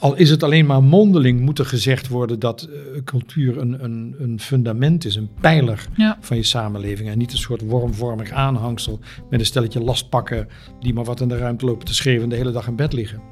al is het alleen maar mondeling, moet er gezegd worden dat cultuur een fundament is, een pijler van je samenleving. En niet een soort wormvormig aanhangsel met een stelletje lastpakken die maar wat in de ruimte lopen te schreeuwen en de hele dag in bed liggen.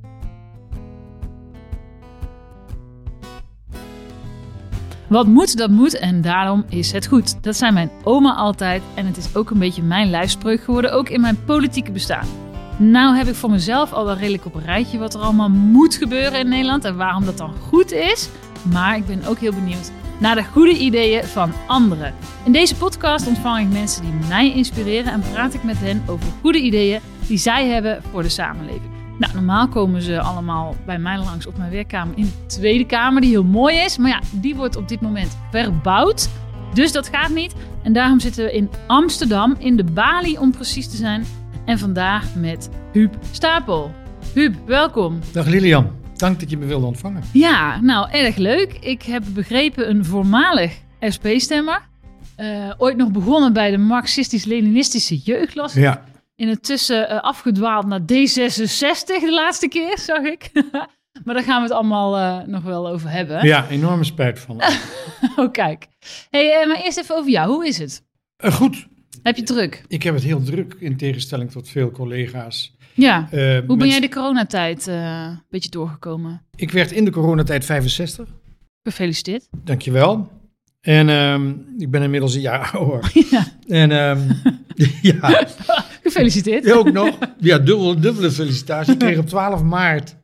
Wat moet, dat moet en daarom is het goed. Dat zei mijn oma altijd en het is ook een beetje mijn lijfspreuk geworden, ook in mijn politieke bestaan. Nou heb ik voor mezelf al wel redelijk op een rijtje wat er allemaal moet gebeuren in Nederland en waarom dat dan goed is. Maar ik ben ook heel benieuwd naar de goede ideeën van anderen. In deze podcast ontvang ik mensen die mij inspireren en praat ik met hen over goede ideeën die zij hebben voor de samenleving. Nou, normaal komen ze allemaal bij mij langs op mijn werkkamer in de Tweede Kamer, die heel mooi is. Maar ja, die wordt op dit moment verbouwd. Dus dat gaat niet. En daarom zitten we in Amsterdam, in de Bali om precies te zijn. En vandaag met Huub Stapel. Huub, welkom. Dag Lilian, dank dat je me wilde ontvangen. Ja, nou, erg leuk. Ik heb begrepen een voormalig SP-stemmer. Ooit nog begonnen bij de Marxistisch-Leninistische jeugdklas. Ja. Intussen afgedwaald naar D66 de laatste keer, zag ik. Maar daar gaan we het allemaal nog wel over hebben. Ja, enorme spijt van. Oh, kijk. Hey, maar eerst even over jou. Hoe is het? Goed. Heb je druk? Ik heb het heel druk, in tegenstelling tot veel collega's. Ja. Hoe ben jij de coronatijd een beetje doorgekomen? Ik werd in de coronatijd 65. Gefeliciteerd. Dankjewel. En ik ben inmiddels een jaar ouder. Ja. En ja. Gefeliciteerd. Ook nog. Ja, dubbele felicitatie. Ik kreeg op 12 maart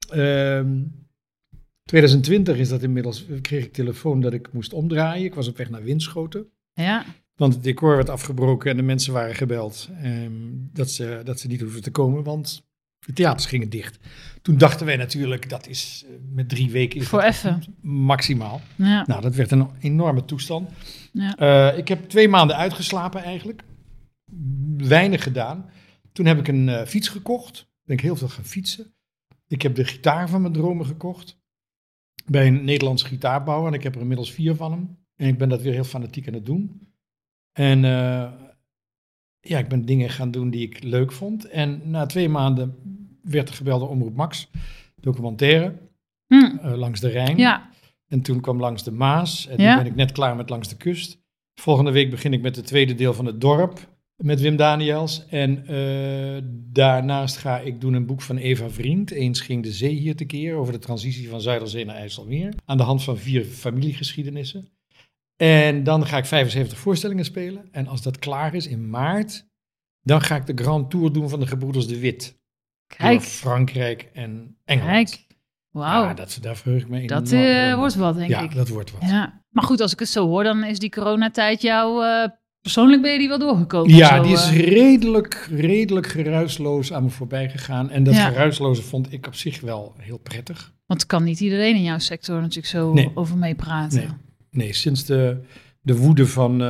2020 is dat inmiddels, kreeg ik telefoon dat ik moest omdraaien. Ik was op weg naar Winschoten. Ja. Want het decor werd afgebroken en de mensen waren gebeld dat ze niet hoefden te komen, want de theaters gingen dicht. Toen dachten wij natuurlijk, dat is met 3 weken... Voor even. Maximaal. Ja. Nou, dat werd een enorme toestand. Ja. Ik heb 2 maanden uitgeslapen eigenlijk. Weinig gedaan. Toen heb ik een fiets gekocht. Ben ik heel veel gaan fietsen. Ik heb de gitaar van mijn dromen gekocht. Bij een Nederlands gitaarbouwer. En ik heb er inmiddels 4 van hem. En ik ben dat weer heel fanatiek aan het doen. En ik ben dingen gaan doen die ik leuk vond. En na 2 maanden werd er gebeld door Omroep Max. Documentaire. Langs de Rijn. Ja. En toen kwam Langs de Maas. En toen ben ik net klaar met Langs de Kust. Volgende week begin ik met het tweede deel van Het Dorp. Met Wim Daniels. En daarnaast ga ik doen een boek van Eva Vriend. Eens ging de zee hier tekeer. Over de transitie van Zuiderzee naar IJsselmeer. Aan de hand van 4 familiegeschiedenissen. En dan ga ik 75 voorstellingen spelen. En als dat klaar is in maart, dan ga ik de Grand Tour doen van de Gebroeders de Wit. Kijk. Door Frankrijk en Engeland. Kijk. Wauw. Ja, daar verheug ik me enorm. Dat wordt wat, denk ik. Ja, dat wordt wat. Ja. Maar goed, als ik het zo hoor, dan is die coronatijd jou... persoonlijk ben je die wel doorgekomen? Ja, zo, die is redelijk geruisloos aan me voorbij gegaan. En dat geruisloze vond ik op zich wel heel prettig. Want kan niet iedereen in jouw sector natuurlijk zo over meepraten. Nee, sinds de woede van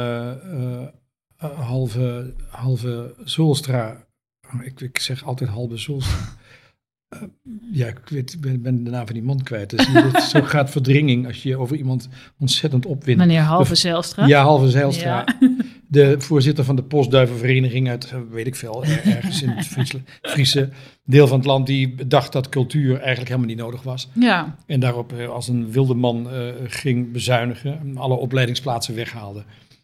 halve Zulstra. Ik zeg altijd halve Zulstra. Ik ben de naam van die man kwijt. Dus zo gaat verdringing als je over iemand ontzettend opwint. Meneer Halve Zijlstra? Ja, Halve Zijlstra. Ja. De voorzitter van de Postduivenvereniging uit, weet ik veel, ergens in het Friese deel van het land, die dacht dat cultuur eigenlijk helemaal niet nodig was. Ja. En daarop als een wilde man ging bezuinigen, alle opleidingsplaatsen weghaalde.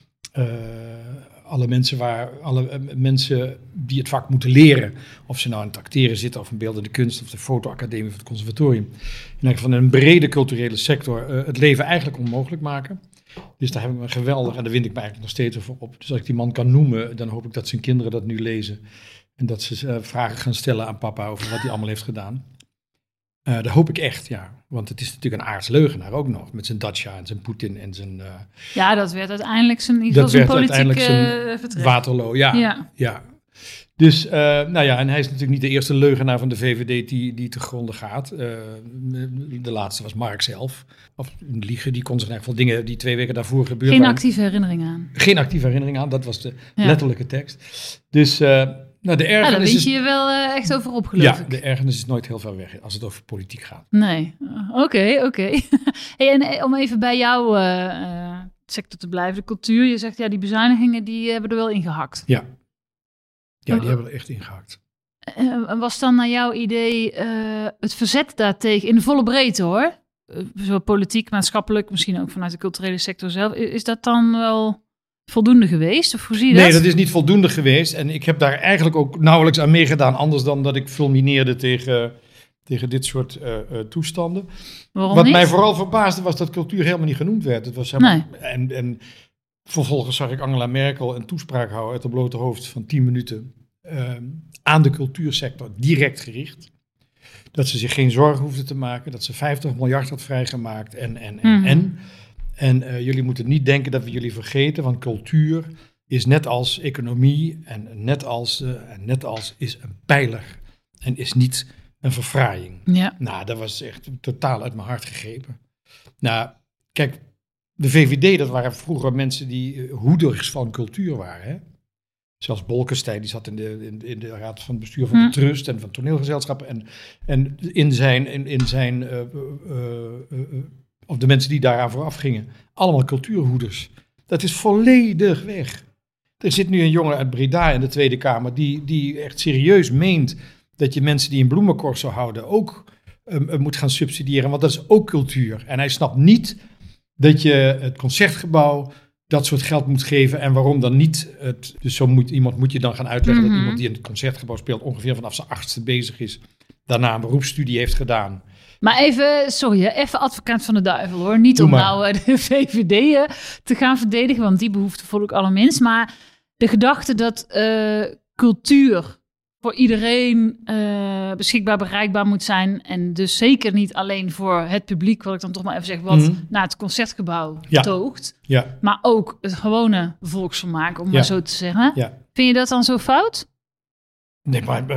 Alle mensen die het vak moeten leren, of ze nou aan het acteren zitten of in beeldende kunst of de fotoacademie of het conservatorium, in elk geval een brede culturele sector, het leven eigenlijk onmogelijk maken. Dus daar heb ik me geweldig, en daar wint ik me eigenlijk nog steeds over op. Dus als ik die man kan noemen, dan hoop ik dat zijn kinderen dat nu lezen. En dat ze vragen gaan stellen aan papa over wat hij allemaal heeft gedaan. Dat hoop ik echt, ja. Want het is natuurlijk een aardsleugenaar ook nog. Met zijn Dacia en zijn Poetin en zijn... ja, dat werd uiteindelijk zijn politieke vertrek. Waterloo, ja. Dus, en hij is natuurlijk niet de eerste leugenaar van de VVD die te gronden gaat. De laatste was Mark zelf. Of een liegen, die kon zich eigenlijk wel dingen die 2 weken daarvoor gebeurden. Geen actieve herinnering aan. Geen actieve herinnering aan, dat was de letterlijke tekst. Dus... de ergernis daar wint je je wel echt over op, geloof ik. Ja, de ergernis is nooit heel ver weg als het over politiek gaat. Nee, oké. Hey, en om even bij jouw sector te blijven, de cultuur. Je zegt, die bezuinigingen die hebben er wel ingehakt. Ja, die hebben er echt ingehakt. Was dan naar jouw idee het verzet daartegen in de volle breedte, hoor? Zowel politiek, maatschappelijk, misschien ook vanuit de culturele sector zelf. Is dat dan wel voldoende geweest? Of hoe zie je dat? Nee, dat is niet voldoende geweest. En ik heb daar eigenlijk ook nauwelijks aan meegedaan, anders dan dat ik fulmineerde tegen dit soort toestanden. Waarom Wat niet? mij vooral verbaasde was dat cultuur helemaal niet genoemd werd. Het was helemaal, en vervolgens zag ik Angela Merkel een toespraak houden uit het blote hoofd van 10 minuten aan de cultuursector, direct gericht. Dat ze zich geen zorgen hoefde te maken, dat ze 50 miljard had vrijgemaakt En jullie moeten niet denken dat we jullie vergeten, want cultuur is net als economie en net als is een pijler en is niet een verfraaiing. Ja. Nou, dat was echt totaal uit mijn hart gegrepen. Nou, kijk, de VVD, dat waren vroeger mensen die hoeders van cultuur waren. Hè? Zelfs Bolkestein, die zat in de raad van bestuur van de Trust en van toneelgezelschappen. En of de mensen die daaraan vooraf gingen, allemaal cultuurhoeders. Dat is volledig weg. Er zit nu een jongen uit Breda in de Tweede Kamer die echt serieus meent dat je mensen die een bloemencorso houden ook moet gaan subsidiëren, want dat is ook cultuur. En hij snapt niet dat je het Concertgebouw dat soort geld moet geven en waarom dan niet. Dus iemand moet je dan gaan uitleggen dat iemand die in het Concertgebouw speelt ongeveer vanaf zijn 8e bezig is, daarna een beroepsstudie heeft gedaan. Maar even advocaat van de duivel, hoor. Niet om nou de VVD te gaan verdedigen, want die behoefte voel ik allerminst. Maar de gedachte dat cultuur voor iedereen beschikbaar, bereikbaar moet zijn. En dus zeker niet alleen voor het publiek, wat ik dan toch maar even zeg, wat naar het Concertgebouw toogt. Ja. Maar ook het gewone volksvermaak, om maar zo te zeggen. Ja. Vind je dat dan zo fout? Nee, maar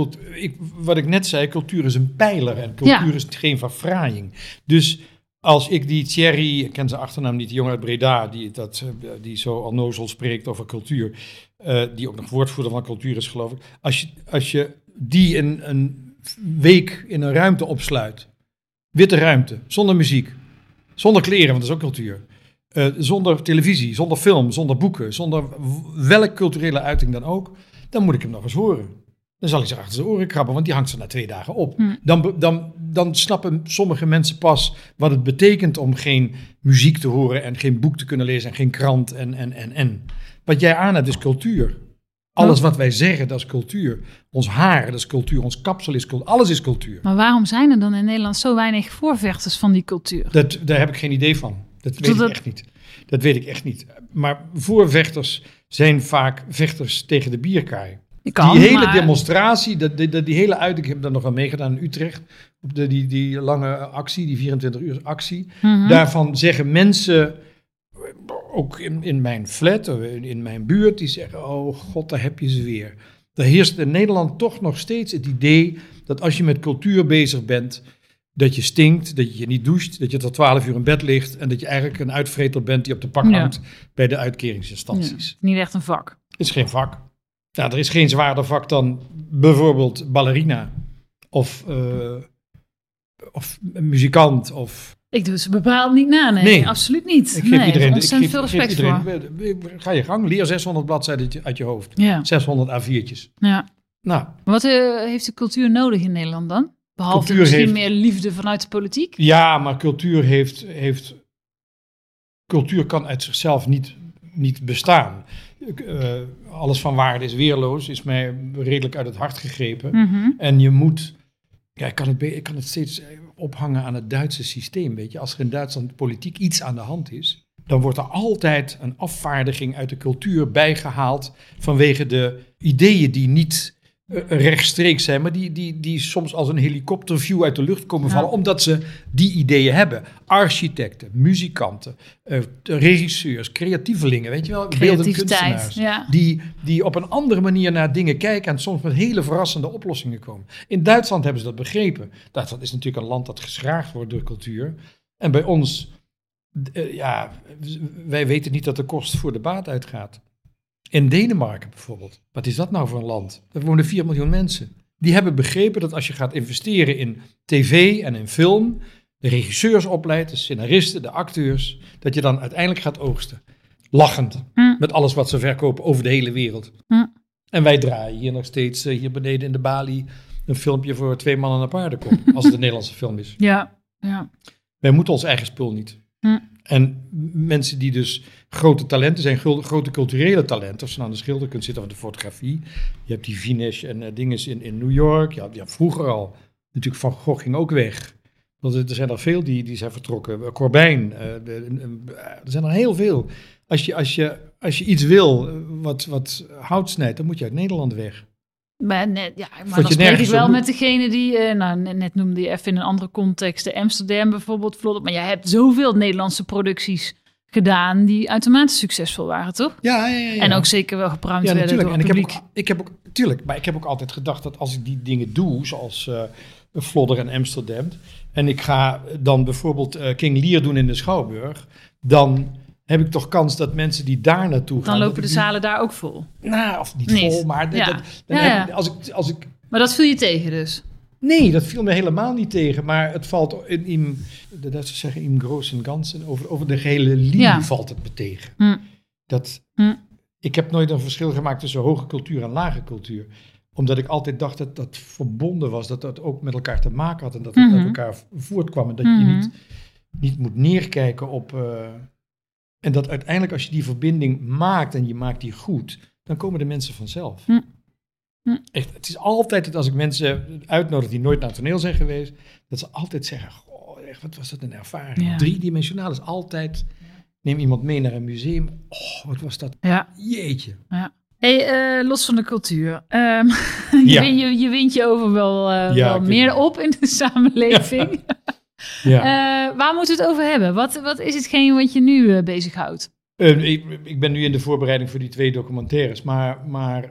wat ik net zei, cultuur is een pijler en cultuur is geen verfraaiing. Dus als ik die Thierry, ik ken zijn achternaam niet, die jongen uit Breda, die zo onnozel spreekt over cultuur, die ook nog woordvoerder van cultuur is, geloof ik. Als je die een week in een ruimte opsluit, witte ruimte, zonder muziek, zonder kleren, want dat is ook cultuur, zonder televisie, zonder film, zonder boeken, zonder welke culturele uiting dan ook, dan moet ik hem nog eens horen. Dan zal hij zich achter zijn oren krabben, want die hangt ze na 2 dagen op. Dan snappen sommige mensen pas wat het betekent om geen muziek te horen en geen boek te kunnen lezen en geen krant en. Wat jij aan hebt is cultuur. Alles wat wij zeggen, dat is cultuur. Ons haar, dat is cultuur. Ons kapsel is cultuur. Alles is cultuur. Maar waarom zijn er dan in Nederland zo weinig voorvechters van die cultuur? Daar heb ik geen idee van. Dat weet ik echt niet. Maar voorvechters zijn vaak vechters tegen de bierkaai. Demonstratie, die hele uiting, ik heb daar nog wel meegedaan in Utrecht, op die lange actie, die 24 uur actie. Daarvan zeggen mensen, ook in mijn flat, in mijn buurt, die zeggen, oh god, daar heb je ze weer. Er heerst in Nederland toch nog steeds het idee dat als je met cultuur bezig bent, dat je stinkt, dat je niet doucht, dat je tot 12 uur in bed ligt en dat je eigenlijk een uitvreter bent die op de pak hangt bij de uitkeringsinstanties. Ja, niet echt een vak. Het is geen vak. Ja, er is geen zwaarder vak dan bijvoorbeeld ballerina of muzikant. Ik doe ze bepaald niet na, nee, absoluut niet. Ik geef iedereen ontzettend veel respect voor. Ga je gang, leer 600 bladzijden uit je hoofd. Ja. 600 A4'tjes. Ja. Nou. Wat heeft de cultuur nodig in Nederland dan? Behalve misschien meer liefde vanuit de politiek? Ja, maar cultuur kan uit zichzelf niet bestaan. Alles van waarde is weerloos, is mij redelijk uit het hart gegrepen. En je moet, ik kan het steeds ophangen aan het Duitse systeem, weet je. Als er in Duitsland politiek iets aan de hand is, dan wordt er altijd een afvaardiging uit de cultuur bijgehaald vanwege de ideeën die niet rechtstreeks zijn, maar die soms als een helikopterview uit de lucht komen vallen, omdat ze die ideeën hebben. Architecten, muzikanten, regisseurs, creatievelingen, weet je wel, beeldende kunstenaars, die op een andere manier naar dingen kijken en soms met hele verrassende oplossingen komen. In Duitsland hebben ze dat begrepen. Duitsland is natuurlijk een land dat geschraagd wordt door cultuur. En bij ons, wij weten niet dat de kost voor de baat uitgaat. In Denemarken bijvoorbeeld. Wat is dat nou voor een land? Daar wonen 4 miljoen mensen. Die hebben begrepen dat als je gaat investeren in tv en in film, de regisseurs opleidt, de scenaristen, de acteurs, dat je dan uiteindelijk gaat oogsten. Lachend. Met alles wat ze verkopen over de hele wereld. En wij draaien hier nog steeds, hier beneden in de Bali, een filmpje voor 2 mannen en een paardenkop. Als het een Nederlandse film is. Ja. Wij moeten ons eigen spul niet. En mensen die dus grote talenten zijn, grote culturele talenten, of ze nou aan de schilderkunst zitten of de fotografie. Je hebt die Vinesh en dingen in New York. Ja, vroeger al. Natuurlijk Van Gogh ging ook weg. Want er zijn er veel die zijn vertrokken. Corbijn, er zijn er heel veel. Als je iets wil wat hout snijdt, dan moet je uit Nederland weg. Maar dan spreek ik wel met degene die, net noemde je even in een andere context, de Amsterdam bijvoorbeeld, vlot. Maar jij hebt zoveel Nederlandse producties gedaan die uitermate succesvol waren, toch? Ja. En ook zeker wel gepruimd werden door het publiek. Maar ik heb ook altijd gedacht dat als ik die dingen doe, zoals Vlodder en Amsterdam, en ik ga dan bijvoorbeeld King Lear doen in de Schouwburg, dan heb ik toch kans dat mensen die daar naartoe gaan... Dan lopen de zalen daar ook vol. Nou, of niet vol, maar... Als ik... Maar dat viel je tegen dus? Nee, dat viel me helemaal niet tegen. Maar het valt de Duitsers zeggen im großen Ganzen, over de gehele linie valt het me tegen. Ik heb nooit een verschil gemaakt tussen hoge cultuur en lage cultuur. Omdat ik altijd dacht dat dat verbonden was, dat dat ook met elkaar te maken had en dat het uit elkaar voortkwam. En dat je niet moet neerkijken op... En dat uiteindelijk als je die verbinding maakt en je maakt die goed, dan komen de mensen vanzelf. Echt, het is altijd, als ik mensen uitnodig die nooit naar het toneel zijn geweest, dat ze altijd zeggen, goh, echt, wat was dat een ervaring. Ja. 3-dimensionaal is altijd, neem iemand mee naar een museum, oh, wat was dat, jeetje. Ja. Hey, los van de cultuur, je wint je over wel meer op in de samenleving. Ja. Waar moeten we het over hebben? Wat is hetgeen wat je nu bezighoudt? Ik ben nu in de voorbereiding voor die 2 documentaires. Maar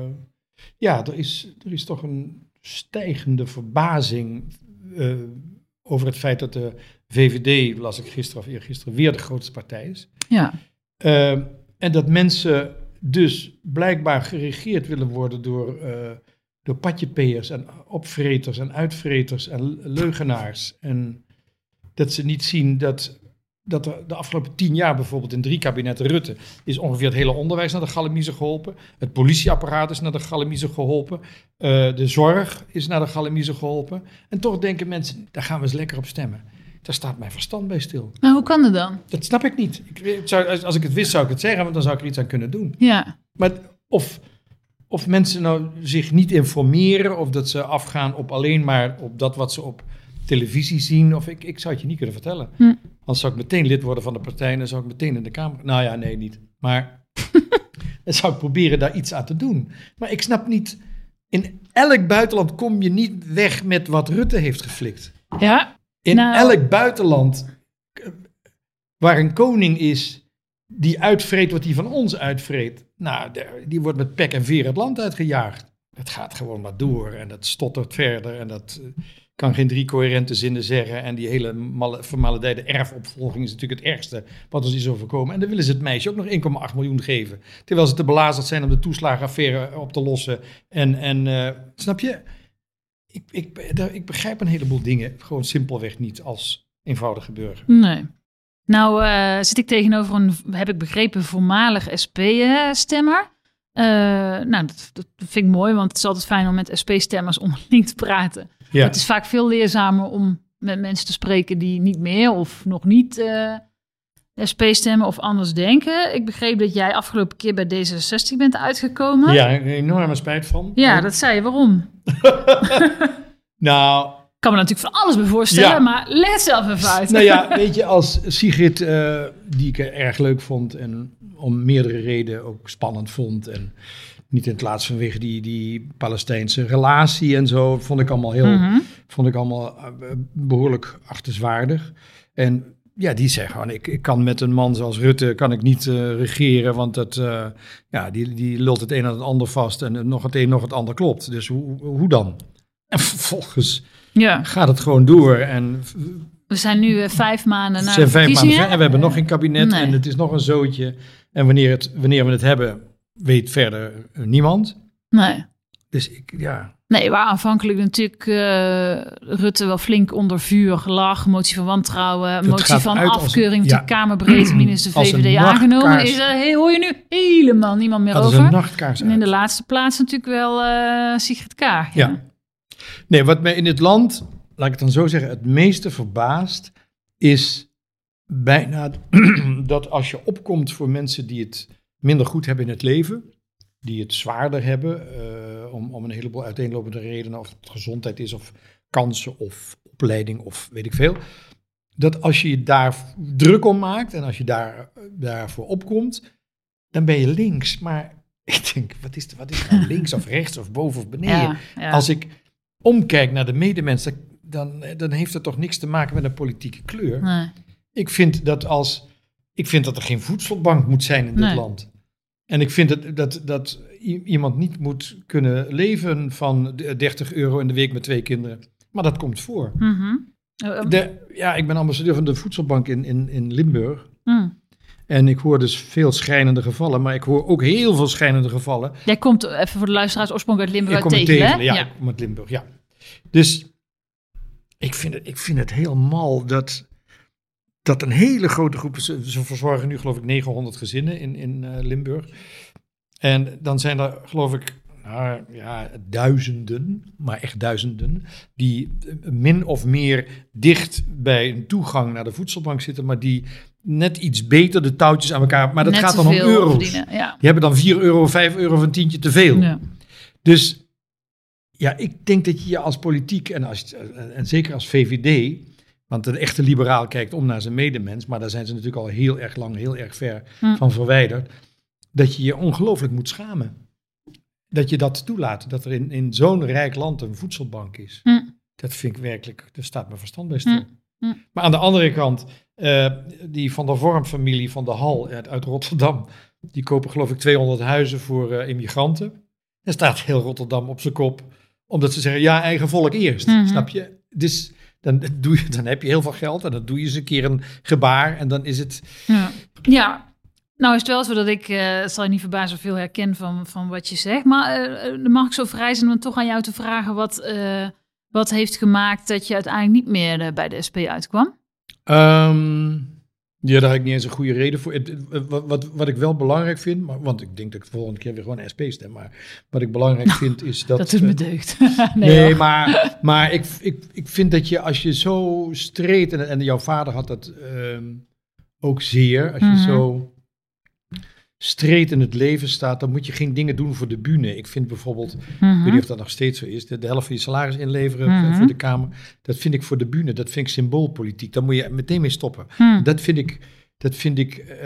er is toch een stijgende verbazing over het feit dat de VVD, las ik gisteren of eergisteren, weer de grootste partij is. Ja. En dat mensen dus blijkbaar geregeerd willen worden door patjepeers en opvreters en uitvreters en leugenaars. En dat ze niet zien dat er de afgelopen 10 jaar bijvoorbeeld in 3 kabinetten Rutte is ongeveer het hele onderwijs naar de galamiezen geholpen. Het politieapparaat is naar de galamiezen geholpen. De zorg is naar de galamiezen geholpen. En toch denken mensen, daar gaan we eens lekker op stemmen. Daar staat mijn verstand bij stil. Maar hoe kan dat dan? Dat snap ik niet. Als ik het wist zou ik het zeggen, want dan zou ik er iets aan kunnen doen. Ja. Maar of mensen nou zich niet informeren, of dat ze afgaan op alleen maar op dat wat ze op televisie zien, of ik zou het je niet kunnen vertellen. Anders zou ik meteen lid worden van de partij en dan zou ik meteen in de Kamer... Nou ja, nee, niet. Maar dan zou ik proberen daar iets aan te doen. Maar ik snap niet, in elk buitenland kom je niet weg met wat Rutte heeft geflikt. Ja. In elk buitenland waar een koning is die uitvreet wat hij van ons uitvreet, nou, die wordt met pek en veer het land uitgejaagd. Het gaat gewoon maar door en dat stottert verder en dat kan geen 3 coherente zinnen zeggen. En die hele vermaledijde erfopvolging is natuurlijk het ergste wat ons is overkomen. En dan willen ze het meisje ook nog 1,8 miljoen geven. Terwijl ze te belazerd zijn om de toeslagenaffaire op te lossen. En snap je? Ik begrijp een heleboel dingen gewoon simpelweg niet als eenvoudige burger. Nee. Nou zit ik tegenover een, heb ik begrepen, voormalig SP-stemmer. Dat vind ik mooi, want het is altijd fijn om met SP-stemmers onderling te praten. Ja. Het is vaak veel leerzamer om met mensen te spreken die niet meer of nog niet SP stemmen of anders denken. Ik begreep dat jij afgelopen keer bij D66 bent uitgekomen. Ja, een enorme spijt van. Ja, dat zei je. Waarom? Nou... Ik kan me natuurlijk van alles bij voorstellen, maar leg het zelf even uit. Nou ja, weet je, als Sigrid, die ik erg leuk vond en om meerdere redenen ook spannend vond en niet in het laatst vanwege die Palestijnse relatie en zo, vond ik allemaal behoorlijk achtenswaardig. En ja, die zei gewoon, ik kan met een man zoals Rutte kan ik niet regeren, want die lult het een aan het ander vast en nog het een nog het ander klopt. Dus hoe dan? En vervolgens gaat het gewoon door. En we zijn nu 5 maanden na de verkiezingen. En we hebben nog geen kabinet en het is nog een zootje. En wanneer we het hebben, weet verder niemand. Nee. Dus Nee, waar aanvankelijk natuurlijk Rutte wel flink onder vuur lag. Motie van wantrouwen, motie van afkeuring. De Kamerbreed minister VVD aangenomen. Hoor je nu helemaal niemand meer over. Een nachtkaars en in de laatste plaats natuurlijk wel Sigrid Kaag. Ja. Nee, wat mij in het land, laat ik het dan zo zeggen, het meeste verbaast is bijna dat als je opkomt voor mensen die het minder goed hebben in het leven, die het zwaarder hebben, om een heleboel uiteenlopende redenen, of het gezondheid is, of kansen, of opleiding, of weet ik veel. Dat als je je daar druk om maakt en als je daarvoor opkomt, dan ben je links. Maar ik denk, wat is nou links of rechts of boven of beneden? Ja. Als ik omkijk naar de medemens, dan heeft dat toch niks te maken met een politieke kleur. Nee. Ik vind dat er geen voedselbank moet zijn in dit land. En ik vind dat iemand niet moet kunnen leven van €30 in de week met 2 kinderen. Maar dat komt voor. Mm-hmm. Ik ben ambassadeur van de voedselbank in Limburg. En ik hoor dus veel schrijnende gevallen, maar ik hoor ook heel veel schrijnende gevallen. Jij komt, even voor de luisteraars, oorspronkelijk uit Limburg, uit Tegelen, hè? Ja, ik kom uit Limburg, ja. Dus ik vind het heel mal dat een hele grote groep, ze verzorgen nu geloof ik 900 gezinnen in Limburg. En dan zijn er geloof ik duizenden, maar echt duizenden, die min of meer dicht bij een toegang naar de voedselbank zitten, maar die net iets beter de touwtjes aan elkaar, maar dat net gaat dan om euro's. Die hebben dan €4, €5 of een tientje te veel. Ja. Dus ja, ik denk dat je als politiek en zeker als VVD, want een echte liberaal kijkt om naar zijn medemens, maar daar zijn ze natuurlijk al heel erg lang, heel erg ver van verwijderd, dat je je ongelooflijk moet schamen. Dat je dat toelaat, dat er in zo'n rijk land een voedselbank is. Dat vind ik werkelijk, daar staat mijn verstand bij stil. Maar aan de andere kant, die Van der Vorm-familie van de Hal uit Rotterdam, die kopen geloof ik 200 huizen voor immigranten. En staat heel Rotterdam op zijn kop, omdat ze zeggen, ja, eigen volk eerst, snap je? Dus dan heb je heel veel geld en dan doe je eens een keer een gebaar en dan is het... Ja. Nou is het wel zo dat ik, zal je niet verbazen, veel herken van wat je zegt. Maar dan mag ik zo vrij zijn om toch aan jou te vragen wat heeft gemaakt dat je uiteindelijk niet meer bij de SP uitkwam? Daar heb ik niet eens een goede reden voor. Wat ik wel belangrijk vind, want ik denk dat ik de volgende keer weer gewoon SP stem, maar wat ik belangrijk vind is dat... Dat is me deugd. nee, maar ik vind dat je als je zo streed, en jouw vader had dat ook zeer, als je zo streed in het leven staat, dan moet je geen dingen doen voor de bühne. Ik vind bijvoorbeeld, ik weet niet of dat nog steeds zo is, de helft van je salaris inleveren voor de Kamer, dat vind ik voor de bühne, dat vind ik symboolpolitiek. Daar moet je meteen mee stoppen. Dat vind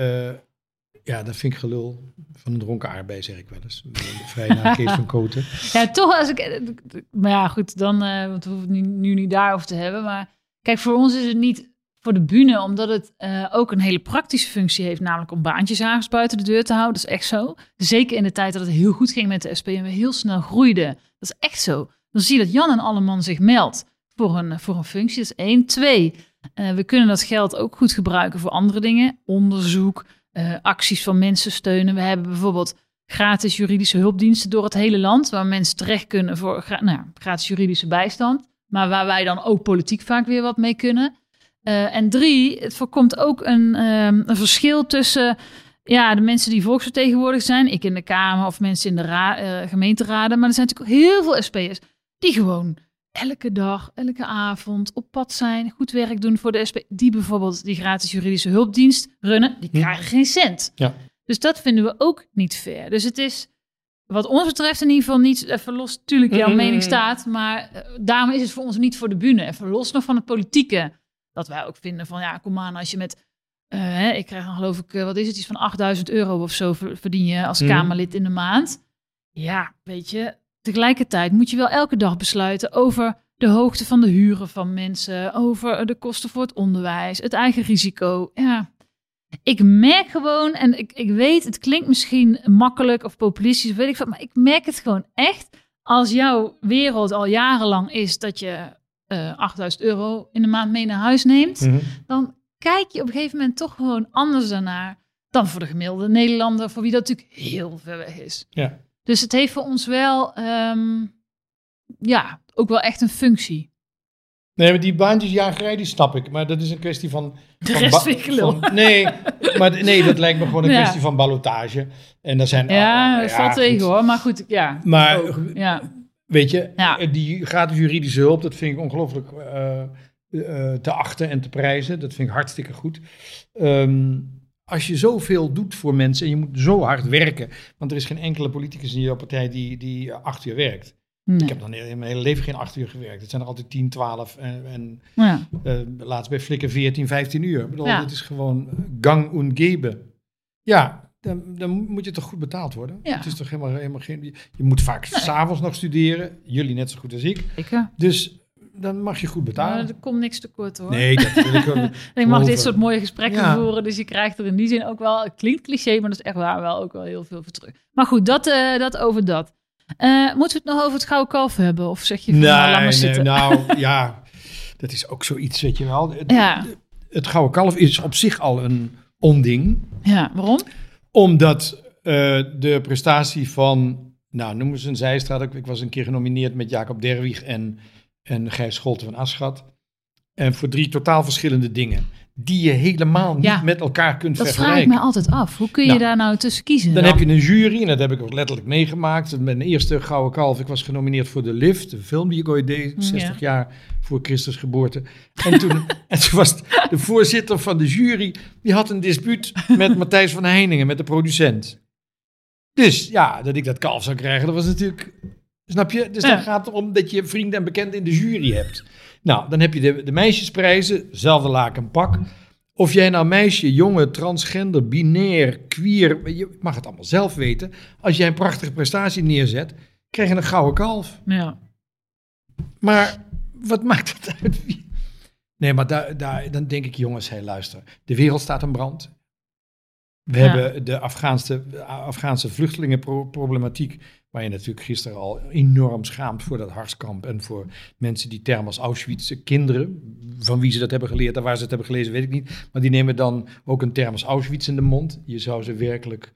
ik gelul van een dronken aardbei, zeg ik wel eens. Vrij naar Kees van Koten. Ja, toch als ik... Maar ja, goed, dan... want we hoeven het nu niet daarover te hebben. Maar kijk, voor ons is het niet voor de bühne, omdat het ook een hele praktische functie heeft, namelijk om baantjesjagers buiten de deur te houden. Dat is echt zo. Zeker in de tijd dat het heel goed ging met de SP en we heel snel groeiden. Dat is echt zo. Dan zie je dat Jan en Alleman zich meldt voor een functie. Dat is 1. 2. We kunnen dat geld ook goed gebruiken voor andere dingen. Onderzoek, acties van mensen steunen. We hebben bijvoorbeeld gratis juridische hulpdiensten door het hele land, waar mensen terecht kunnen voor gratis juridische bijstand. Maar waar wij dan ook politiek vaak weer wat mee kunnen. En 3, het voorkomt ook een verschil tussen de mensen die volksvertegenwoordigd zijn, ik in de Kamer of mensen in de gemeenteraden. Maar er zijn natuurlijk ook heel veel SP'ers die gewoon elke dag, elke avond op pad zijn, goed werk doen voor de SP. Die bijvoorbeeld die gratis juridische hulpdienst runnen, die krijgen geen cent. Ja. Dus dat vinden we ook niet fair. Dus het is wat ons betreft in ieder geval niet, even los, natuurlijk jouw mening staat, maar daarom is het voor ons niet voor de bühne. Even los nog van het politieke. Dat wij ook vinden van, kom aan, als je met... ik krijg dan geloof ik, iets van €8.000 of zo verdien je als Kamerlid in de maand. Ja, weet je, tegelijkertijd moet je wel elke dag besluiten over de hoogte van de huren van mensen, over de kosten voor het onderwijs, het eigen risico. Ja, ik merk gewoon, en ik weet, het klinkt misschien makkelijk of populistisch, weet ik wat, maar ik merk het gewoon echt. Als jouw wereld al jarenlang is dat je €8.000 in de maand mee naar huis neemt, dan kijk je op een gegeven moment toch gewoon anders daarnaar dan voor de gemiddelde Nederlander, voor wie dat natuurlijk heel ver weg is. Ja. Dus het heeft voor ons wel ook wel echt een functie. Nee, maar die baantjesjagerij, die snap ik. Maar dat is een kwestie van... De rest vind ik lul. Nee, dat lijkt me gewoon een kwestie van ballotage. En daar zijn... dat valt tegen hoor, maar goed, ja. Maar, weet je, Ja. die gratis juridische hulp, dat vind ik ongelooflijk te achten en te prijzen. Dat vind ik hartstikke goed. Als je zoveel doet voor mensen en je moet zo hard werken, want er is geen enkele politicus in jouw partij die 8 uur werkt. Nee. Ik heb dan in mijn hele leven geen 8 uur gewerkt. Het zijn er altijd 10, 12 en laatst bij Flikken 14, 15 uur. Ik bedoel, dit is gewoon gang und gäbe. Ja, dan moet je toch goed betaald worden. Ja. Het is toch helemaal geen... Je moet vaak 's avonds nog studeren. Jullie net zo goed als ik. Zeker. Dus dan mag je goed betalen. Maar er komt niks tekort hoor. Nee, dat wil ik wel. Ik mag dit soort mooie gesprekken voeren, dus je krijgt er in die zin ook wel... Het klinkt cliché, maar dat is echt waar wel ook wel heel veel voor terug. Maar goed, dat over dat. Moeten we het nog over het gouden kalf hebben? Of zeg je van, laat maar zitten? Dat is ook zoiets, weet je wel. Ja. Het gouden kalf is op zich al een onding. Ja, waarom? Omdat de prestatie van, noemen ze een Zijstraat. Ik was een keer genomineerd met Jacob Derwig en Gijs Scholten van Aschat. En voor 3 totaal verschillende dingen. Die je helemaal niet met elkaar kunt vergelijken. Dat vraag ik me altijd af. Hoe kun je daar nou tussen kiezen? Dan heb je een jury, en dat heb ik ook letterlijk meegemaakt. Mijn eerste gouden kalf, ik was genomineerd voor The Lift, de film die ik ooit deed, 60 jaar voor Christus geboorte. En toen was de voorzitter van de jury, die had een dispuut met Matthijs van Heiningen, met de producent. Dus dat ik dat kalf zou krijgen, dat was natuurlijk... Snap je? Dus dan gaat het om dat je vrienden en bekenden in de jury hebt. Nou, dan heb je de meisjesprijzen, zelfde laken pak. Of jij nou meisje, jongen, transgender, binair, queer, je mag het allemaal zelf weten. Als jij een prachtige prestatie neerzet, krijg je een gouden kalf. Ja. Maar wat maakt het uit? Nee, maar dan denk ik, jongens, luister. De wereld staat in brand. We hebben de Afghaanse vluchtelingenproblematiek, waar je natuurlijk gisteren al enorm schaamt voor dat Harskamp en voor mensen die termen als Auschwitz, kinderen, van wie ze dat hebben geleerd en waar ze het hebben gelezen, weet ik niet. Maar die nemen dan ook een term als Auschwitz in de mond. Je zou ze werkelijk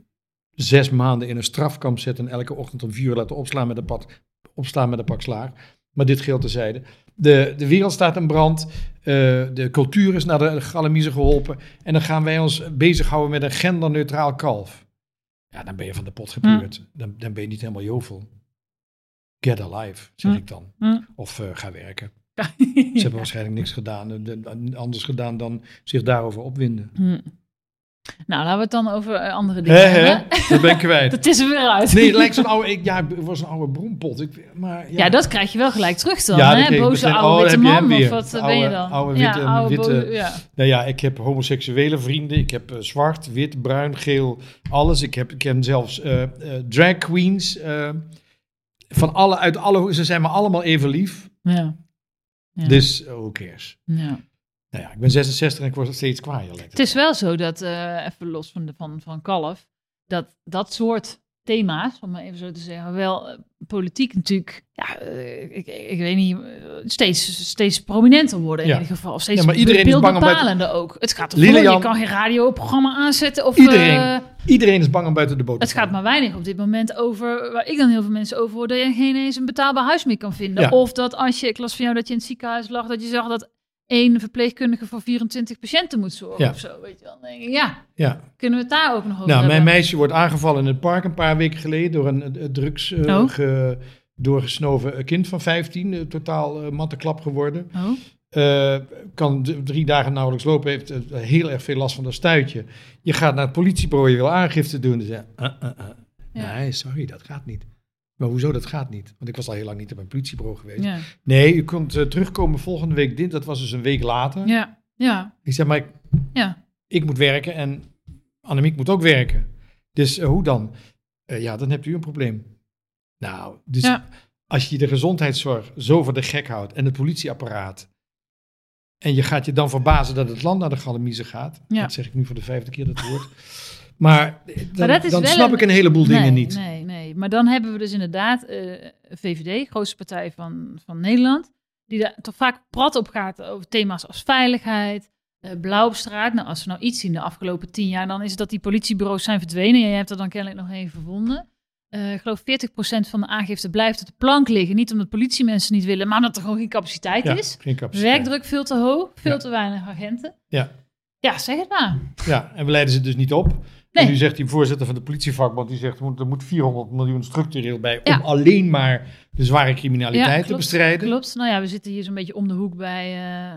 6 maanden in een strafkamp zetten en elke ochtend om 4 uur laten opstaan met een pak slaag. Maar dit geldt terzijde. De wereld staat in brand. De cultuur is naar de galamiezen geholpen. En dan gaan wij ons bezighouden met een genderneutraal kalf. Ja, dan ben je van de pot gepluurd. Dan ben je niet helemaal jovel. Get alive, zeg ik dan. Of ga werken. Ze hebben waarschijnlijk niks anders gedaan dan zich daarover opwinden. Nou, laten we het dan over andere dingen hebben. Dat ben ik kwijt. Dat is er weer uit. Nee, het lijkt zo'n oude... het was een oude brompot. Ja, dat krijg je wel gelijk terug dan. Ja, hè? Boze oude witte man, of wat ben je dan? Oude witte. Nou ja, ik heb homoseksuele vrienden. Ik heb zwart, wit, bruin, geel, alles. Ik ken zelfs drag queens. Ze zijn me allemaal even lief. Ja. Dus, who cares? Ja. Nou ja, ik ben 66 en ik word steeds kwaaier. Het is wel zo dat, even los van kalf, dat soort thema's, om maar even zo te zeggen, wel politiek natuurlijk, ik weet niet, steeds prominenter worden in ieder geval. Of steeds beeldbepalender ook. Het gaat ervoor, je kan geen radioprogramma aanzetten. Of, iedereen is bang om buiten de boot te Het gaat maar weinig op dit moment over, waar ik dan heel veel mensen over hoor, dat je geen eens een betaalbaar huis meer kan vinden. Ja. Of dat als ik las van jou dat je in het ziekenhuis lag, dat je zag dat 1 verpleegkundige voor 24 patiënten moet zorgen of zo, weet je wel. Dan denk ik, kunnen we het daar ook nog over hebben? Mijn meisje wordt aangevallen in het park een paar weken geleden door een drugs doorgesnoven kind van 15, totaal matte klap geworden. Kan 3 dagen nauwelijks lopen, heeft heel erg veel last van dat stuitje. Je gaat naar het politiebureau, je wil aangifte doen. Dus nee, sorry, dat gaat niet. Maar hoezo, dat gaat niet? Want ik was al heel lang niet op mijn politiebureau geweest. Ja. Nee, u kunt terugkomen volgende week. Dat was dus een week later. Ja. Ik zeg, maar ik moet werken en Annemiek moet ook werken. Dus hoe dan? Dan hebt u een probleem. Nou, dus als je de gezondheidszorg zo voor de gek houdt en het politieapparaat, en je gaat je dan verbazen dat het land naar de galamiezen gaat. Ja. Dat zeg ik nu voor de 5e keer dat woord. Maar dan snap ik een heleboel dingen niet. Nee. Maar dan hebben we dus inderdaad VVD, grootste partij van Nederland, die daar toch vaak prat op gaat over thema's als veiligheid, blauw op straat. Nou, als we nou iets zien de afgelopen 10 jaar, dan is het dat die politiebureaus zijn verdwenen. Jij hebt er dan kennelijk nog even gevonden. Ik geloof 40% van de aangifte blijft op de plank liggen. Niet omdat politiemensen niet willen, maar omdat er gewoon geen capaciteit is. Geen capaciteit. Werkdruk veel te hoog, veel te weinig agenten. Ja, zeg het maar. Ja, en we leiden ze dus niet op. Nee. En nu zegt die voorzitter van de politievakbond, die zegt er moet 400 miljoen structureel bij om alleen maar de zware criminaliteit te bestrijden. Klopt. Nou ja, we zitten hier zo'n beetje om de hoek bij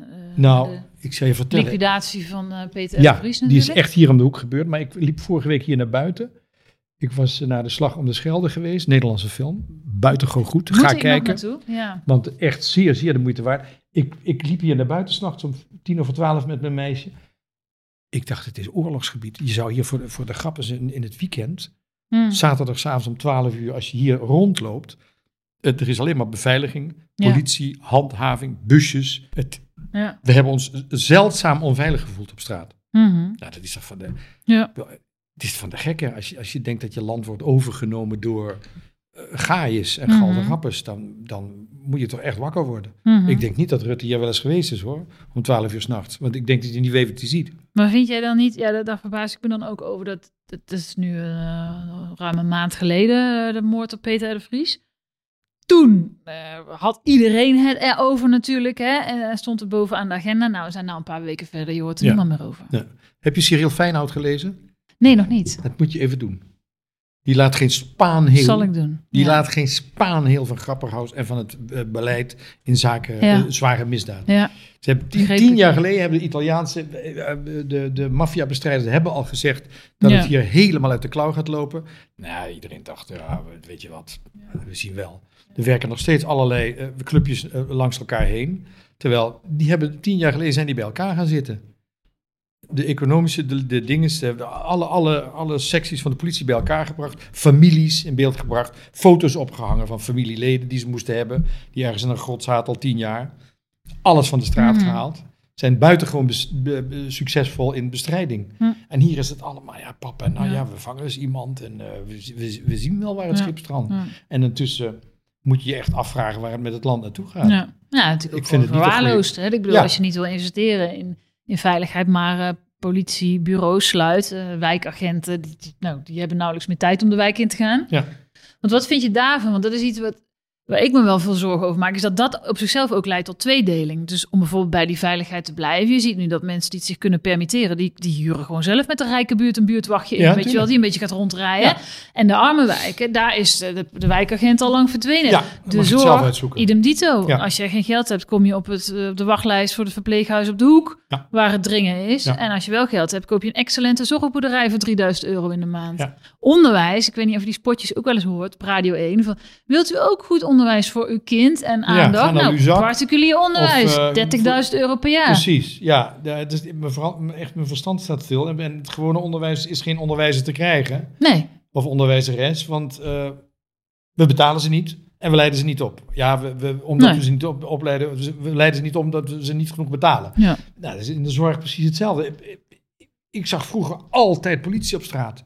ik zal je vertellen. Liquidatie van Peter R. de Vries die is echt hier om de hoek gebeurd. Maar ik liep vorige week hier naar buiten. Ik was naar de Slag om de Schelde geweest, Nederlandse film. Buitengewoon goed. Ga kijken. Naartoe? Ja. Want echt zeer, zeer de moeite waard. Ik liep hier naar buiten 's nachts om 11:10 met mijn meisje. Ik dacht, het is oorlogsgebied. Je zou hier voor de grappen in het weekend, zaterdagavond om 12 uur, als je hier rondloopt, er is alleen maar beveiliging, politie, handhaving, busjes. We hebben ons zeldzaam onveilig gevoeld op straat. Mm-hmm. Nou, dat is toch van de... Ja. Het is van de gekke. Als je denkt dat je land wordt overgenomen door gaaiers en galde rappers, dan moet je toch echt wakker worden. Mm-hmm. Ik denk niet dat Rutte hier wel eens geweest is, hoor, om 12 uur 's nachts. Want ik denk dat hij niet weet wat hij ziet. Maar vind jij dan niet, daar verbaas ik me dan ook over, dat is nu ruim een maand geleden, de moord op Peter R. de Vries. Toen had iedereen het erover natuurlijk, hè, en stond het bovenaan de agenda. Nou, we zijn nou een paar weken verder, je hoort er niemand meer over. Ja. Heb je Cyril Feinhout gelezen? Nee, nog niet. Dat moet je even doen. Die laat geen spaanheel. Zal ik doen. Die laat geen spaanheel van Grapperhaus en van het beleid in zaken zware misdaad. Ja. Ze hebben 10 jaar geleden hebben de Italiaanse, de maffiabestrijders hebben al gezegd dat het hier helemaal uit de klauw gaat lopen. Nou, iedereen dacht, weet je wat, we zien wel. Er werken nog steeds allerlei clubjes langs elkaar heen. Terwijl, 10 jaar geleden zijn die bij elkaar gaan zitten. De economische, de dingen, alle secties van de politie bij elkaar gebracht. Families in beeld gebracht. Foto's opgehangen van familieleden die ze moesten hebben. Die ergens in een grot zaten al 10 jaar. Alles van de straat gehaald. Zijn buitengewoon succesvol in bestrijding. En hier is het allemaal, we vangen eens iemand. En we zien wel waar het schip strandt. En intussen moet je je echt afvragen waar het met het land naartoe gaat. Ja, natuurlijk ook verwaarloosd. Ik bedoel, als je niet wil investeren in veiligheid, maar politiebureaus sluit, wijkagenten, die hebben nauwelijks meer tijd om de wijk in te gaan. Ja. Want wat vind je daarvan? Want dat is iets waar ik me wel veel zorgen over maak, is dat op zichzelf ook leidt tot tweedeling. Dus om bijvoorbeeld bij die veiligheid te blijven, je ziet nu dat mensen die het zich kunnen permitteren, die huren gewoon zelf met de rijke buurt een buurtwachtje in, weet je wel, die een beetje gaat rondrijden. Ja. En de arme wijken, daar is de wijkagent al lang verdwenen. Ja, de zorg, idem dito. Ja. Als je geen geld hebt, kom je op de wachtlijst voor het verpleeghuis op de hoek, waar het dringen is. Ja. En als je wel geld hebt, koop je een excellente zorgboerderij voor €3000 in de maand. Ja. Onderwijs, ik weet niet of je die spotjes ook wel eens hoort, op Radio 1, van, wilt u ook goed onderwijs voor uw kind en aandacht? Particulier onderwijs, €30.000 per jaar. Precies, ja. Dus mijn verstand staat stil. En het gewone onderwijs is geen onderwijzer te krijgen. Nee. Of onderwijzeres, want we betalen ze niet en we leiden ze niet op. Ja, omdat we ze niet opleiden, we leiden ze niet op omdat we ze niet genoeg betalen. Ja. Nou, dat is in de zorg precies hetzelfde. Ik zag vroeger altijd politie op straat.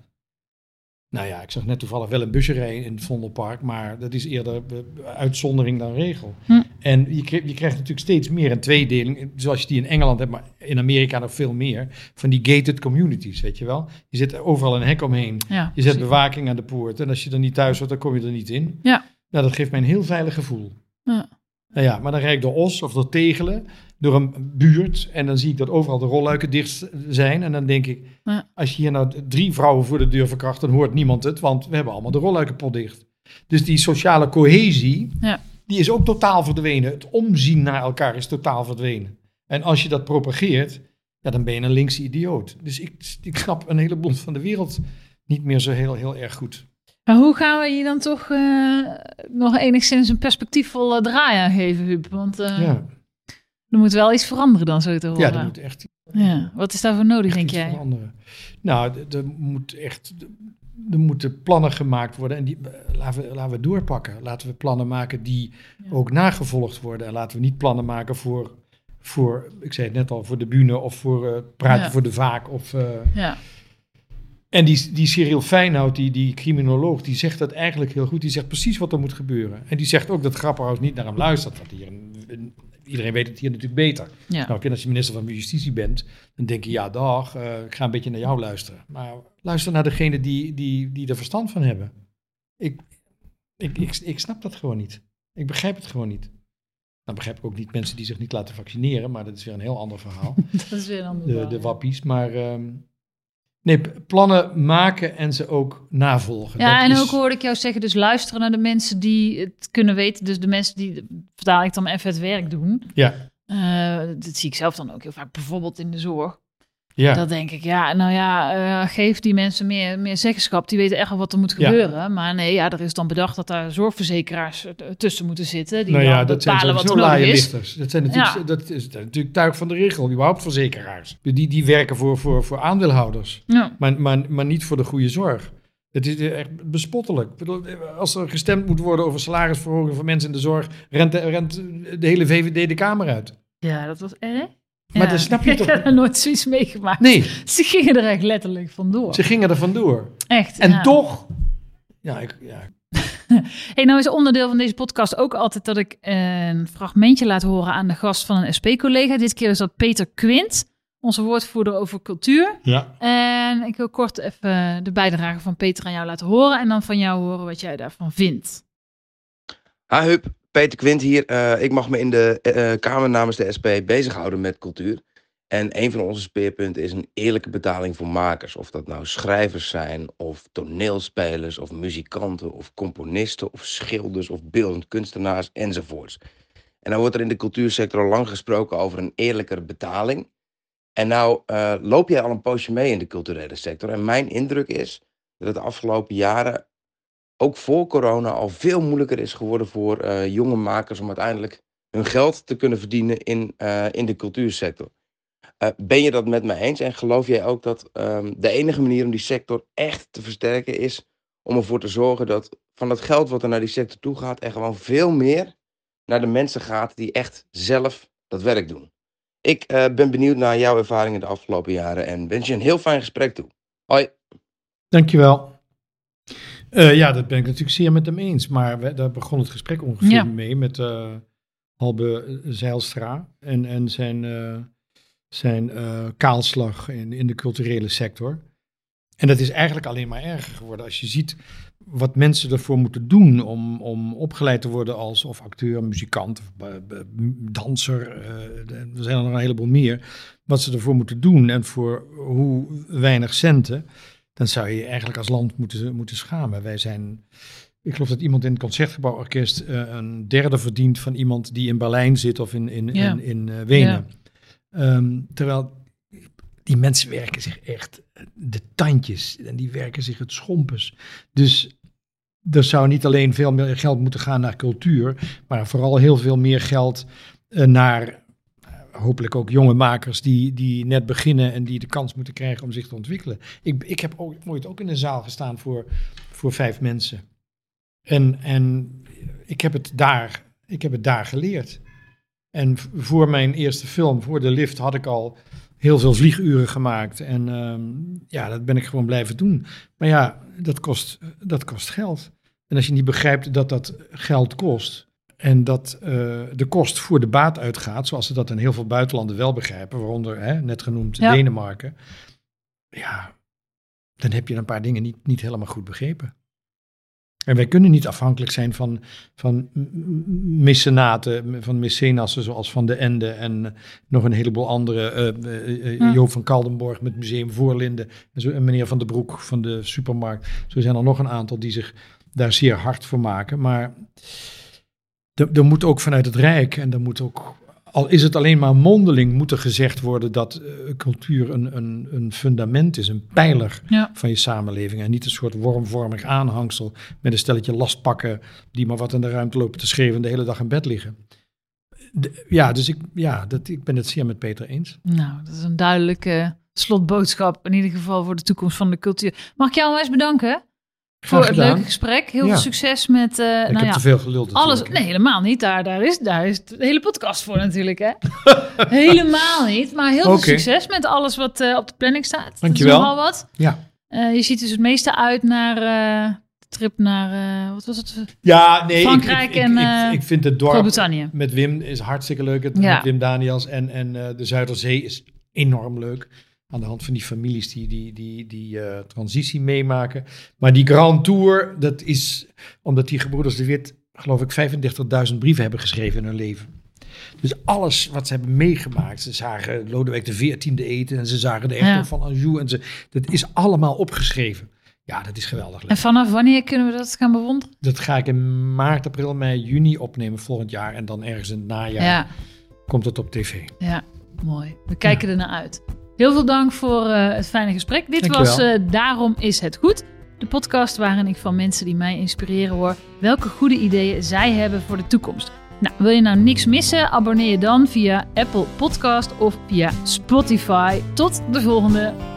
Nou ja, ik zag net toevallig wel een busje rijden in het Vondelpark, maar dat is eerder uitzondering dan regel. En je krijgt natuurlijk steeds meer een tweedeling, zoals je die in Engeland hebt, maar in Amerika nog veel meer, van die gated communities, weet je wel. Je zet overal een hek omheen, je zet bewaking aan de poort en als je er niet thuis hoort, dan kom je er niet in. Ja. Nou, dat geeft mij een heel veilig gevoel. Ja. Nou ja, maar dan rijd ik door Os of door Tegelen, door een buurt en dan zie ik dat overal de rolluiken dicht zijn en dan denk ik, als je hier nou 3 vrouwen voor de deur verkracht, dan hoort niemand het, want we hebben allemaal de rolluiken potdicht. Dus die sociale cohesie, die is ook totaal verdwenen. Het omzien naar elkaar is totaal verdwenen. En als je dat propageert, dan ben je een linkse idioot. Dus ik snap een heleboel van de wereld niet meer zo heel erg goed. Maar hoe gaan we hier dan toch nog enigszins een perspectiefvolle draai aan geven, Huub? Want er moet wel iets veranderen dan, zo te horen. Ja, er moet echt... Ja. Wat is daarvoor nodig, denk jij? Veranderen. Nou, er moeten plannen gemaakt worden en die laten we doorpakken. Laten we plannen maken die ook nagevolgd worden. En laten we niet plannen maken voor ik zei het net al, voor de bühne of voor praten voor de vaak. En die Cyril Feinhout, die criminoloog, die zegt dat eigenlijk heel goed. Die zegt precies wat er moet gebeuren. En die zegt ook dat Grapperhaus niet naar hem luistert. Want iedereen weet het hier natuurlijk beter. Ja. Nou, als je minister van Justitie bent, dan denk je, ik ga een beetje naar jou luisteren. Maar luister naar degene die er verstand van hebben. Ik snap dat gewoon niet. Ik begrijp het gewoon niet. Dan begrijp ik ook niet mensen die zich niet laten vaccineren, maar dat is weer een heel ander verhaal. Dat is weer een ander verhaal. De wappies, maar nee, plannen maken en ze ook navolgen. Ja, dat en is... ook hoorde ik jou zeggen, dus luisteren naar de mensen die het kunnen weten. Dus de mensen die, vertaal ik dan even het werk doen. Ja. Dat zie ik zelf dan ook heel vaak, bijvoorbeeld in de zorg. Ja. Dat denk ik, geef die mensen meer zeggenschap. Die weten echt wel wat er moet gebeuren. Ja. Maar nee, er is dan bedacht dat daar zorgverzekeraars tussen moeten zitten. Die dan dat zijn bepalen wat er sowieso nodig is. lichters. Dat zijn natuurlijk, dat is natuurlijk tuig van de regel. Überhaupt verzekeraars. Die werken voor aandeelhouders. Ja. Maar niet voor de goede zorg. Het is echt bespottelijk. Ik bedoel, als er gestemd moet worden over salarisverhoging voor mensen in de zorg, rent de hele VVD de Kamer uit. Ja, dat was erg. Maar dan snap je toch... Ik heb er nooit zoiets meegemaakt. Nee. Ze gingen er echt letterlijk vandoor. Ze gingen er vandoor. Echt. En toch... Hey, nou is onderdeel van deze podcast ook altijd dat ik een fragmentje laat horen aan de gast van een SP-collega. Dit keer is dat Peter Quint, onze woordvoerder over cultuur. Ja. En ik wil kort even de bijdrage van Peter aan jou laten horen en dan van jou horen wat jij daarvan vindt. Ha, Huub. Peter Quint hier. Ik mag me in de Kamer namens de SP bezighouden met cultuur. En een van onze speerpunten is een eerlijke betaling voor makers. Of dat nou schrijvers zijn, of toneelspelers, of muzikanten, of componisten, of schilders, of beeldend kunstenaars, enzovoorts. En dan wordt er in de cultuursector al lang gesproken over een eerlijkere betaling. En nou loop jij al een poosje mee in de culturele sector. En mijn indruk is dat het de afgelopen jaren, ook voor corona, al veel moeilijker is geworden voor jonge makers om uiteindelijk hun geld te kunnen verdienen in de cultuursector. Ben je dat met me eens en geloof jij ook dat de enige manier om die sector echt te versterken is om ervoor te zorgen dat van het geld wat er naar die sector toe gaat er gewoon veel meer naar de mensen gaat die echt zelf dat werk doen? Ik ben benieuwd naar jouw ervaringen de afgelopen jaren en wens je een heel fijn gesprek toe. Hoi. Dankjewel. Dat ben ik natuurlijk zeer met hem eens. Maar daar begon het gesprek ongeveer mee met Halbe Zijlstra en zijn kaalslag in de culturele sector. En dat is eigenlijk alleen maar erger geworden. Als je ziet wat mensen ervoor moeten doen om opgeleid te worden als of acteur, muzikant, of danser. Er zijn er nog een heleboel meer. Wat ze ervoor moeten doen en voor hoe weinig centen. Dan zou je eigenlijk als land moeten schamen. Wij zijn, ik geloof dat iemand in het Concertgebouworkest een derde verdient van iemand die in Berlijn zit of in Wenen. Ja. Terwijl die mensen werken zich echt de tandjes en die werken zich het schompers. Dus er zou niet alleen veel meer geld moeten gaan naar cultuur, maar vooral heel veel meer geld naar hopelijk ook jonge makers die net beginnen en die de kans moeten krijgen om zich te ontwikkelen. Ik heb ooit ook in een zaal gestaan voor 5 mensen. En ik heb het daar geleerd. En voor mijn eerste film, voor De Lift, had ik al heel veel vlieguren gemaakt. En dat ben ik gewoon blijven doen. Maar ja, dat kost geld. En als je niet begrijpt dat dat geld kost en dat de kost voor de baat uitgaat, zoals ze dat in heel veel buitenlanden wel begrijpen, waaronder net genoemd Denemarken, dan heb je een paar dingen niet helemaal goed begrepen. En wij kunnen niet afhankelijk zijn van mecenaten, van mecenassen zoals Van de Ende en nog een heleboel andere. Joop van Kaldenborg met Museum Voorlinden en meneer Van den Broek van de supermarkt. Zo zijn er nog een aantal die zich daar zeer hard voor maken. Maar er moet ook vanuit het Rijk en er moet ook, al is het alleen maar mondeling, moet er gezegd worden dat cultuur een fundament is, een pijler van je samenleving. En niet een soort wormvormig aanhangsel met een stelletje lastpakken die maar wat in de ruimte lopen te schreeuwen en de hele dag in bed liggen. Ik ben het zeer met Peter eens. Nou, dat is een duidelijke slotboodschap, in ieder geval voor de toekomst van de cultuur. Mag ik jou eens bedanken? Voor het leuke gesprek. Heel veel succes met... ik heb te veel geluld. Alles. Nee, helemaal niet. Daar is de hele podcast voor natuurlijk. Hè? Helemaal niet. Maar heel veel succes met alles wat op de planning staat. Dankjewel. Dat is nogal wat. Ja. Je ziet dus het meeste uit naar de trip naar... wat was het? Frankrijk ik vind het dorp Groot-Brittannië met Wim is hartstikke leuk. Met Wim Daniels en de Zuiderzee is enorm leuk. aan de hand van die families die transitie meemaken. Maar die Grand Tour, dat is omdat die gebroeders de Wit, geloof ik, 35.000 brieven hebben geschreven in hun leven. Dus alles wat ze hebben meegemaakt. Ze zagen Lodewijk XIV eten en ze zagen de hertog van Anjou. Dat is allemaal opgeschreven. Ja, dat is geweldig leuk. En vanaf wanneer kunnen we dat gaan bewonderen? Dat ga ik in maart, april, mei, juni opnemen volgend jaar. En dan ergens in het najaar komt het op tv. Ja, mooi. We kijken er naar uit. Heel veel dank voor het fijne gesprek. Dit was Daarom is het goed. De podcast waarin ik van mensen die mij inspireren hoor welke goede ideeën zij hebben voor de toekomst. Nou, wil je nou niks missen? Abonneer je dan via Apple Podcast of via Spotify. Tot de volgende.